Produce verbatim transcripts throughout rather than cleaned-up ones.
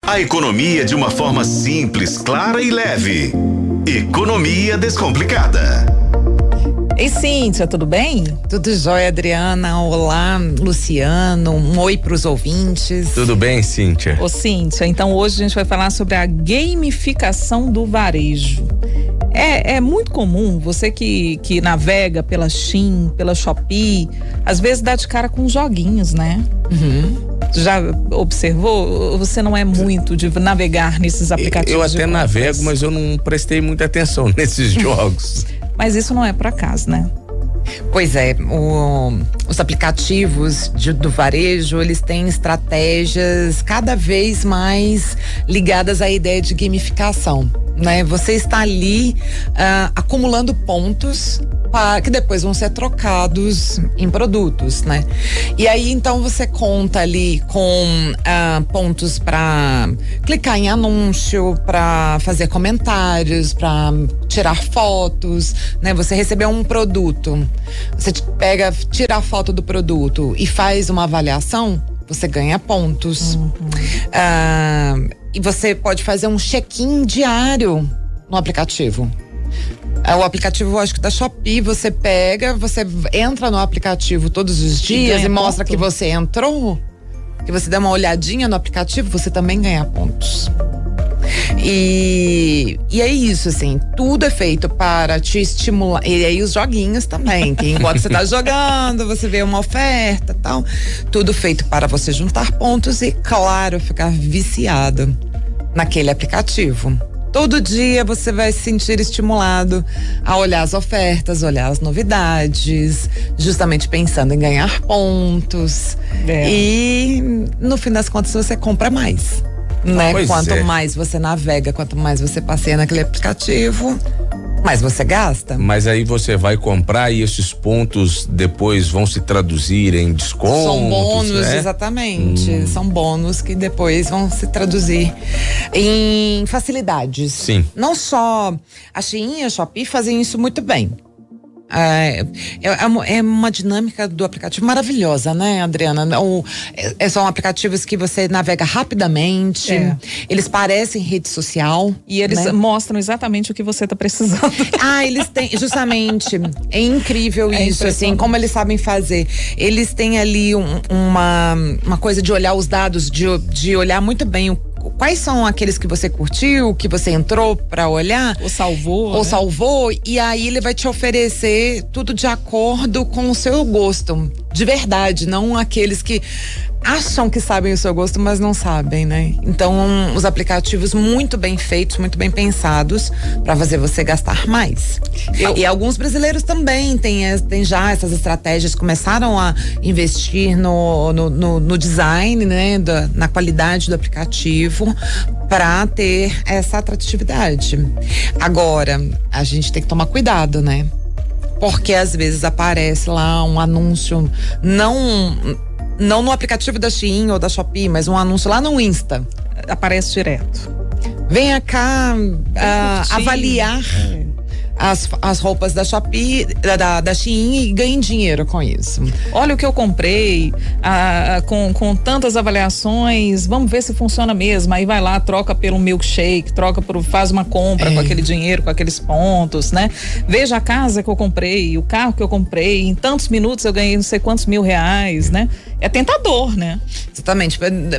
A economia de uma forma simples, clara e leve. Economia Descomplicada. Ei, Cíntia, tudo bem? Tudo jóia, Adriana. Olá, Luciano. Um oi para os ouvintes. Tudo bem, Cíntia? Ô, Cíntia, então hoje a gente vai falar sobre a gamificação do varejo. É, é muito comum, você que, que navega pela Shein, pela Shopee, às vezes dá de cara com joguinhos, né? Uhum. Já observou? Você não é muito de navegar nesses aplicativos? Eu até navego, mas eu não prestei muita atenção nesses jogos. Mas isso não é por acaso, né? Pois é, o, os aplicativos de, do varejo, eles têm estratégias cada vez mais ligadas à ideia de gamificação, né? Você está ali uh, acumulando pontos para, que depois vão ser trocados em produtos, né? E aí então você conta ali com uh, pontos para clicar em anúncio, para fazer comentários, para tirar fotos, né? Você recebeu um produto, você pega, tira a foto do produto e faz uma avaliação, você ganha pontos. Uhum. Uh, e você pode fazer um check-in diário no aplicativo. O aplicativo, acho que da Shopee, você pega, você entra no aplicativo todos os dias e, e mostra ponto. Que você entrou, que você deu uma olhadinha no aplicativo, você também ganha pontos. E, e é isso, assim, tudo é feito para te estimular. E aí os joguinhos também, que enquanto você tá jogando, você vê uma oferta e tal. Tudo feito para você juntar pontos e, claro, ficar viciado naquele aplicativo. Todo dia você vai se sentir estimulado a olhar as ofertas, olhar as novidades, justamente pensando em ganhar pontos. É. E no fim das contas você compra mais, né? Pois quanto é. mais você navega, quanto mais você passeia naquele aplicativo, mais você gasta. Mas aí você vai comprar e esses pontos depois vão se traduzir em descontos. São bônus, né? Exatamente. Hum. São bônus que depois vão se traduzir em facilidades. Sim. Não só a Shein e a Shopee fazem isso muito bem. É, é, é uma dinâmica do aplicativo maravilhosa, né, Adriana? O, é, são aplicativos que você navega rapidamente, é. Eles parecem rede social. E eles né? mostram exatamente o que você está precisando. Ah, eles têm, justamente, é incrível é isso, assim, como eles sabem fazer. Eles têm ali um, uma, uma coisa de olhar os dados, de, de olhar muito bem o quais são aqueles que você curtiu, que você entrou pra olhar. Ou salvou. Ou né? salvou, e aí ele vai te oferecer tudo de acordo com o seu gosto. De verdade, não aqueles que acham que sabem o seu gosto, mas não sabem, né? Então, um, os aplicativos muito bem feitos, muito bem pensados para fazer você gastar mais. Eu, e alguns brasileiros também têm, têm já essas estratégias, começaram a investir no, no, no, no design, né? Da, na qualidade do aplicativo para ter essa atratividade. Agora, a gente tem que tomar cuidado, né? Porque às vezes aparece lá um anúncio, não... Não no aplicativo da Shein ou da Shopee, mas um anúncio lá no Insta. Aparece direto. Venha cá uh, avaliar é. as, as roupas da Shopee, da, da Shein e ganhe dinheiro com isso. Olha o que eu comprei, ah, com, com tantas avaliações, vamos ver se funciona mesmo. Aí vai lá, troca pelo milkshake, troca por, faz uma compra é. com aquele dinheiro, com aqueles pontos, né? Veja a casa que eu comprei, o carro que eu comprei, em tantos minutos eu ganhei não sei quantos mil reais, né? É tentador, né? Exatamente.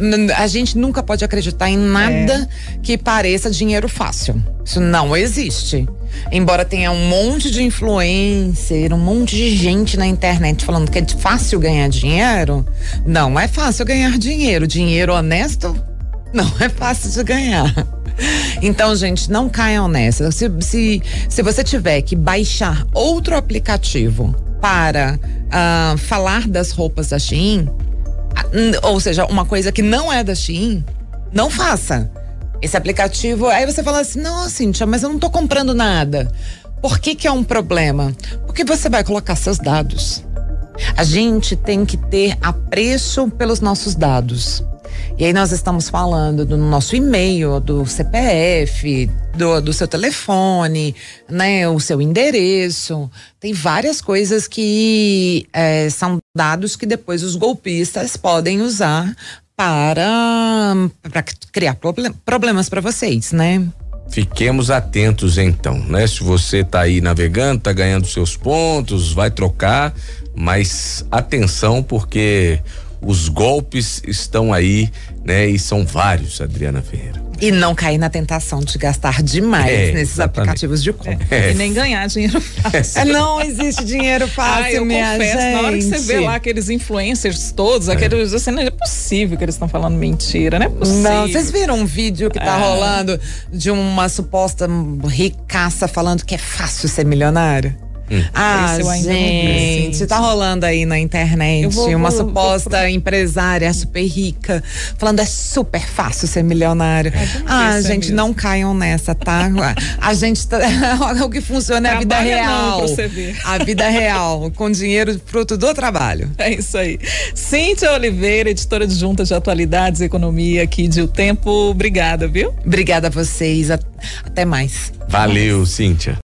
A gente nunca pode acreditar em nada é. que pareça dinheiro fácil. Isso não existe. Embora tenha um monte de influencer, um monte de gente na internet falando que é fácil ganhar dinheiro, não é fácil ganhar dinheiro. Dinheiro honesto não é fácil de ganhar. Então, gente, não caiam nessa. Se, se, se você tiver que baixar outro aplicativo para uh, falar das roupas da Shein, ou seja, uma coisa que não é da Shein, não faça. Esse aplicativo, aí você fala assim, não, Cíntia, mas eu não tô comprando nada. Por que que é um problema? Porque você vai colocar seus dados. A gente tem que ter apreço pelos nossos dados. E aí nós estamos falando do nosso e-mail, do C P F, do, do seu telefone, né, o seu endereço. Tem várias coisas que é, são dados que depois os golpistas podem usar para, para criar problem, problemas para vocês, né? Fiquemos atentos então, né? Se você tá aí navegando, tá ganhando seus pontos, vai trocar, mas atenção porque os golpes estão aí, né? E são vários, Adriana Ferreira. E não cair na tentação de gastar demais É, nesses exatamente. aplicativos de compra. É. E nem ganhar dinheiro fácil. É, não existe dinheiro fácil, Ah, eu minha confesso, gente. na hora que você vê lá aqueles influencers todos, aqueles, assim, não é possível que eles estão falando mentira, não é possível. Não, vocês viram um vídeo que tá Ah. rolando de uma suposta ricaça falando que é fácil ser milionário? Hum. Ah, Esse eu ainda não vi, gente, gente. tá rolando aí na internet Eu vou- uma vou- suposta vou- empresária super rica falando é super fácil ser milionário. vamos ver Ah, se é gente, mesmo. não caiam nessa, tá? A gente tá, o que funciona é a vida Trabalha não, real. pra você ver. A vida real, com dinheiro fruto do trabalho. É isso aí. Cíntia Oliveira, editora adjunta de atualidades e economia aqui de O Tempo. Obrigada, viu? Obrigada a vocês. Até mais. Valeu, Cíntia.